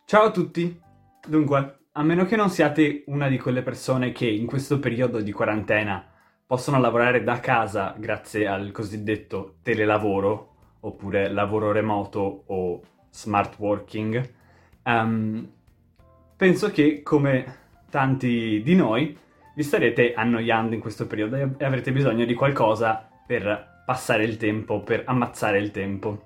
Ciao a tutti! Dunque, a meno che non siate una di quelle persone che in questo periodo di quarantena possono lavorare da casa grazie al cosiddetto telelavoro, oppure lavoro remoto o smart working, ehm, penso che, come tanti di noi, vi starete annoiando in questo periodo e avrete bisogno di qualcosa per passare il tempo, per ammazzare il tempo.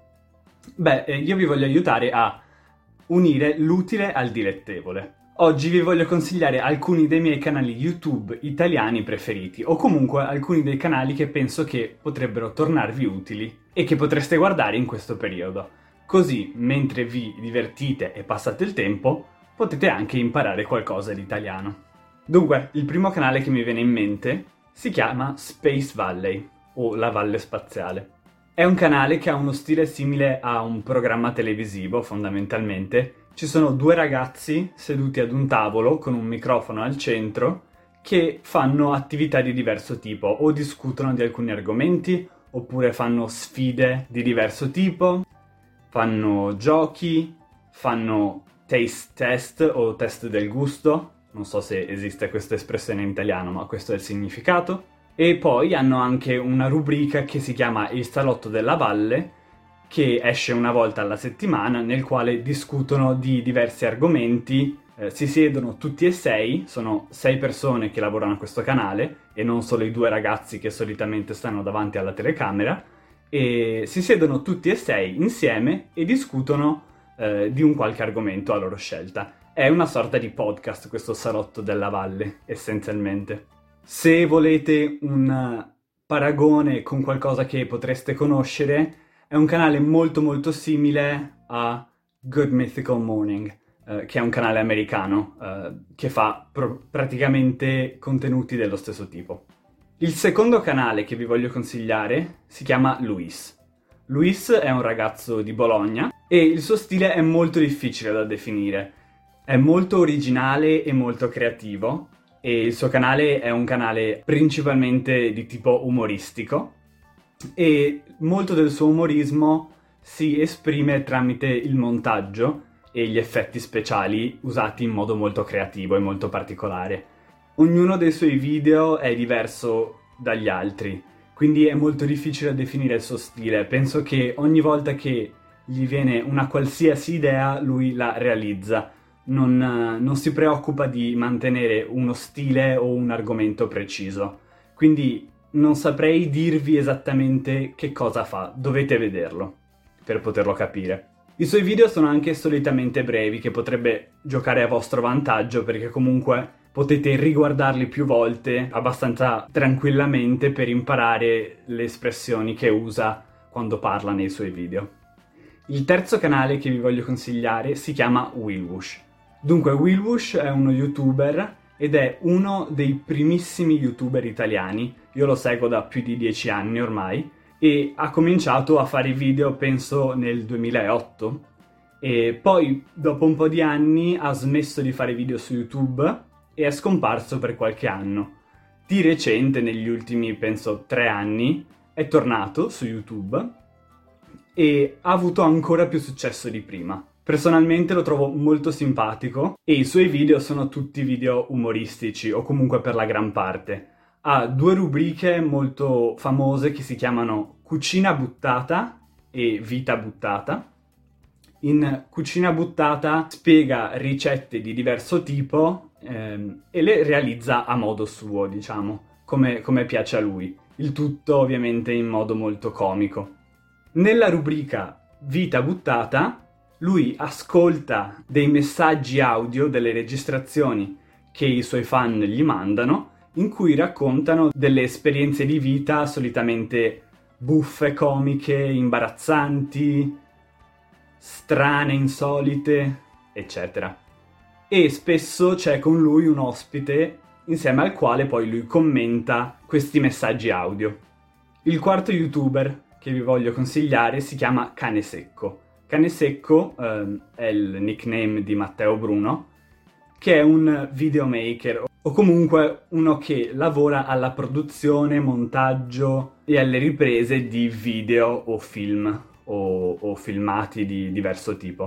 Io vi voglio aiutare a unire l'utile al dilettevole. Oggi vi voglio consigliare alcuni dei miei canali YouTube italiani preferiti, o comunque alcuni dei canali che penso che potrebbero tornarvi utili e che potreste guardare in questo periodo. Così, mentre vi divertite e passate il tempo, potete anche imparare qualcosa di italiano. Dunque, il primo canale che mi viene in mente si chiama Space Valley, o La Valle Spaziale. È un canale che ha uno stile simile a un programma televisivo, fondamentalmente. Ci sono due ragazzi seduti ad un tavolo con un microfono al centro che fanno attività di diverso tipo, o discutono di alcuni argomenti, oppure fanno sfide di diverso tipo, fanno giochi, fanno taste test o test del gusto. Non so se esiste questa espressione in italiano, ma questo è il significato. E poi hanno anche una rubrica che si chiama Il Salotto della Valle, che esce una volta alla settimana, nel quale discutono di diversi argomenti. Si siedono tutti e sei, sono 6 persone che lavorano a questo canale, e non solo i due ragazzi che solitamente stanno davanti alla telecamera, e si siedono tutti e 6 insieme e discutono di un qualche argomento a loro scelta. È una sorta di podcast questo Salotto della Valle, essenzialmente. Se volete un paragone con qualcosa che potreste conoscere, è un canale molto molto simile a Good Mythical Morning, che è un canale americano che fa praticamente contenuti dello stesso tipo. Il secondo canale che vi voglio consigliare si chiama Luis. Luis è un ragazzo di Bologna e il suo stile è molto difficile da definire. È molto originale e molto creativo. E il suo canale è un canale principalmente di tipo umoristico e molto del suo umorismo si esprime tramite il montaggio e gli effetti speciali usati in modo molto creativo e molto particolare. Ognuno dei suoi video è diverso dagli altri, quindi è molto difficile definire il suo stile. Penso che ogni volta che gli viene una qualsiasi idea, lui la realizza. Non si preoccupa di mantenere uno stile o un argomento preciso. Quindi non saprei dirvi esattamente che cosa fa, dovete vederlo per poterlo capire. I suoi video sono anche solitamente brevi, che potrebbe giocare a vostro vantaggio, perché comunque potete riguardarli più volte abbastanza tranquillamente per imparare le espressioni che usa quando parla nei suoi video. Il terzo canale che vi voglio consigliare si chiama Willwush. Dunque, Willwush è uno youtuber ed è uno dei primissimi youtuber italiani. Io lo seguo da più di 10 anni ormai e ha cominciato a fare video penso nel 2008 e poi dopo un po' di anni ha smesso di fare video su YouTube e è scomparso per qualche anno. Di recente, negli ultimi penso 3 anni, è tornato su YouTube e ha avuto ancora più successo di prima. Personalmente lo trovo molto simpatico e i suoi video sono tutti video umoristici, o comunque per la gran parte. Ha 2 rubriche molto famose che si chiamano Cucina buttata e Vita buttata. In Cucina buttata spiega ricette di diverso tipo e le realizza a modo suo, diciamo, come piace a lui. Il tutto ovviamente in modo molto comico. Nella rubrica Vita buttata lui ascolta dei messaggi audio, delle registrazioni che i suoi fan gli mandano, in cui raccontano delle esperienze di vita solitamente buffe, comiche, imbarazzanti, strane, insolite, eccetera. E spesso c'è con lui un ospite insieme al quale poi lui commenta questi messaggi audio. Il quarto youtuber che vi voglio consigliare si chiama Cane Secco. Cane Secco è il nickname di Matteo Bruno, che è un videomaker, o comunque uno che lavora alla produzione, montaggio e alle riprese di video o film, o filmati di diverso tipo.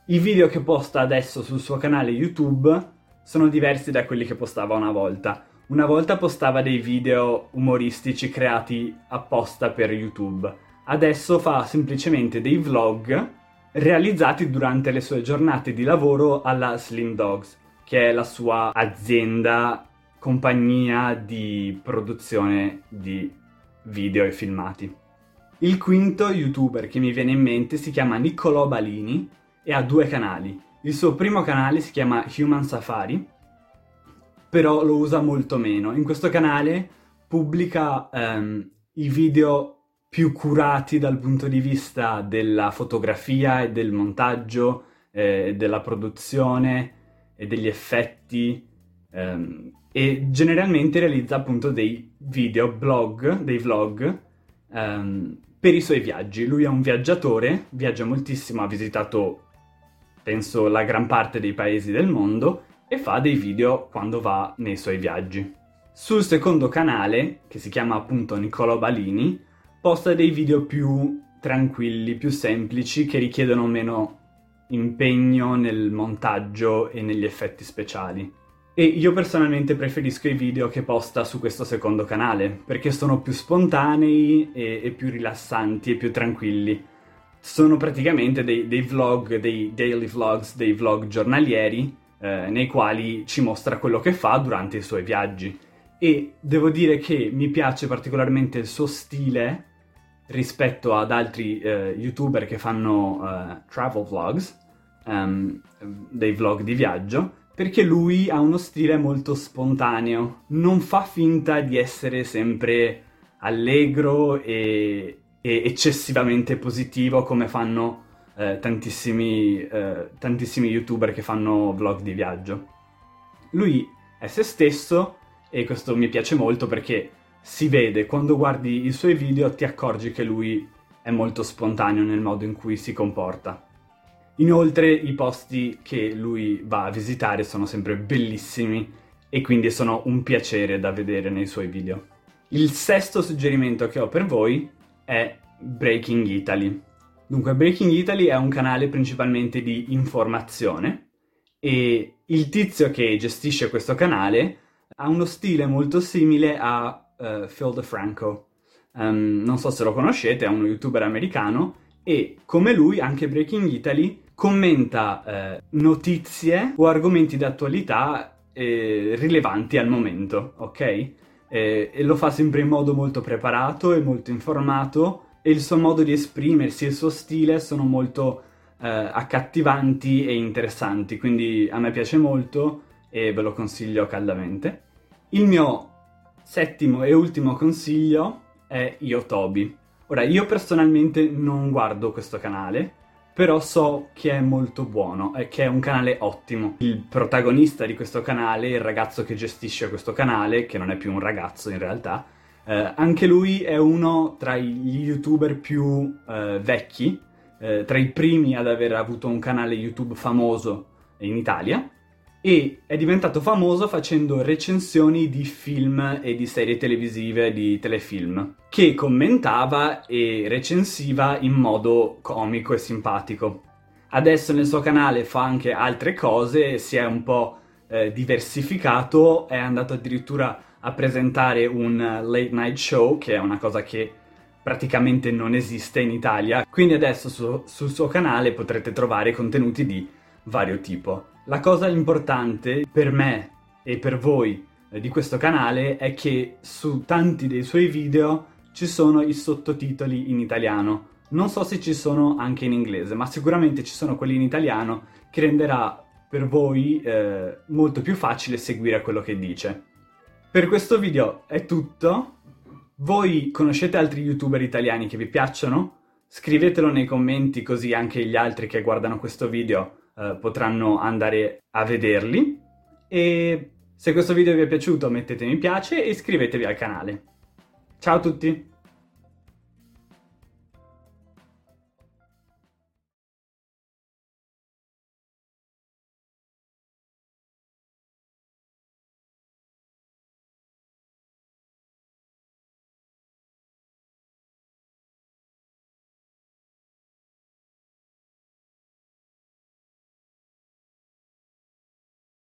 I video che posta adesso sul suo canale YouTube sono diversi da quelli che postava una volta. Una volta postava dei video umoristici creati apposta per YouTube. Adesso fa semplicemente dei vlog realizzati durante le sue giornate di lavoro alla Slim Dogs, che è la sua azienda, compagnia di produzione di video e filmati. Il quinto YouTuber che mi viene in mente si chiama Niccolò Balini e ha 2 canali. Il suo primo canale si chiama Human Safari, però lo usa molto meno. In questo canale pubblica i video più curati dal punto di vista della fotografia e del montaggio, della produzione e degli effetti, e generalmente realizza appunto dei vlog per i suoi viaggi. Lui è un viaggiatore, viaggia moltissimo, ha visitato penso la gran parte dei paesi del mondo e fa dei video quando va nei suoi viaggi. Sul secondo canale, che si chiama appunto Niccolò Balini, posta dei video più tranquilli, più semplici, che richiedono meno impegno nel montaggio e negli effetti speciali. E io personalmente preferisco i video che posta su questo secondo canale, perché sono più spontanei e più rilassanti e più tranquilli. Sono praticamente dei vlog, dei daily vlogs, dei vlog giornalieri, nei quali ci mostra quello che fa durante i suoi viaggi. E devo dire che mi piace particolarmente il suo stile rispetto ad altri YouTuber che fanno travel vlogs, dei vlog di viaggio, perché lui ha uno stile molto spontaneo, non fa finta di essere sempre allegro e eccessivamente positivo come fanno tantissimi YouTuber che fanno vlog di viaggio. Lui è se stesso e questo mi piace molto perché si vede, quando guardi i suoi video ti accorgi che lui è molto spontaneo nel modo in cui si comporta. Inoltre i posti che lui va a visitare sono sempre bellissimi e quindi sono un piacere da vedere nei suoi video. Il sesto suggerimento che ho per voi è Breaking Italy. Dunque, Breaking Italy è un canale principalmente di informazione e il tizio che gestisce questo canale ha uno stile molto simile a Phil DeFranco. Non so se lo conoscete, è uno YouTuber americano e come lui anche Breaking Italy commenta notizie o argomenti d'attualità rilevanti al momento, ok? E lo fa sempre in modo molto preparato e molto informato e il suo modo di esprimersi e il suo stile sono molto accattivanti e interessanti, quindi a me piace molto e ve lo consiglio caldamente. Il mio settimo e ultimo consiglio è Yotobi. Ora, io personalmente non guardo questo canale, però so che è molto buono e che è un canale ottimo. Il protagonista di questo canale, il ragazzo che gestisce questo canale, che non è più un ragazzo in realtà, anche lui è uno tra gli YouTuber più vecchi, tra i primi ad aver avuto un canale YouTube famoso in Italia, e è diventato famoso facendo recensioni di film e di serie televisive, di telefilm, che commentava e recensiva in modo comico e simpatico. Adesso nel suo canale fa anche altre cose, si è un po' diversificato, è andato addirittura a presentare un late night show, che è una cosa che praticamente non esiste in Italia, quindi adesso sul suo canale potrete trovare contenuti di vario tipo. La cosa importante per me e per voi di questo canale è che su tanti dei suoi video ci sono i sottotitoli in italiano. Non so se ci sono anche in inglese, ma sicuramente ci sono quelli in italiano, che renderà per voi molto più facile seguire quello che dice. Per questo video è tutto. Voi conoscete altri YouTuber italiani che vi piacciono? Scrivetelo nei commenti, così anche gli altri che guardano questo video potranno andare a vederli. E se questo video vi è piaciuto mettete mi piace e iscrivetevi al canale. Ciao a tutti!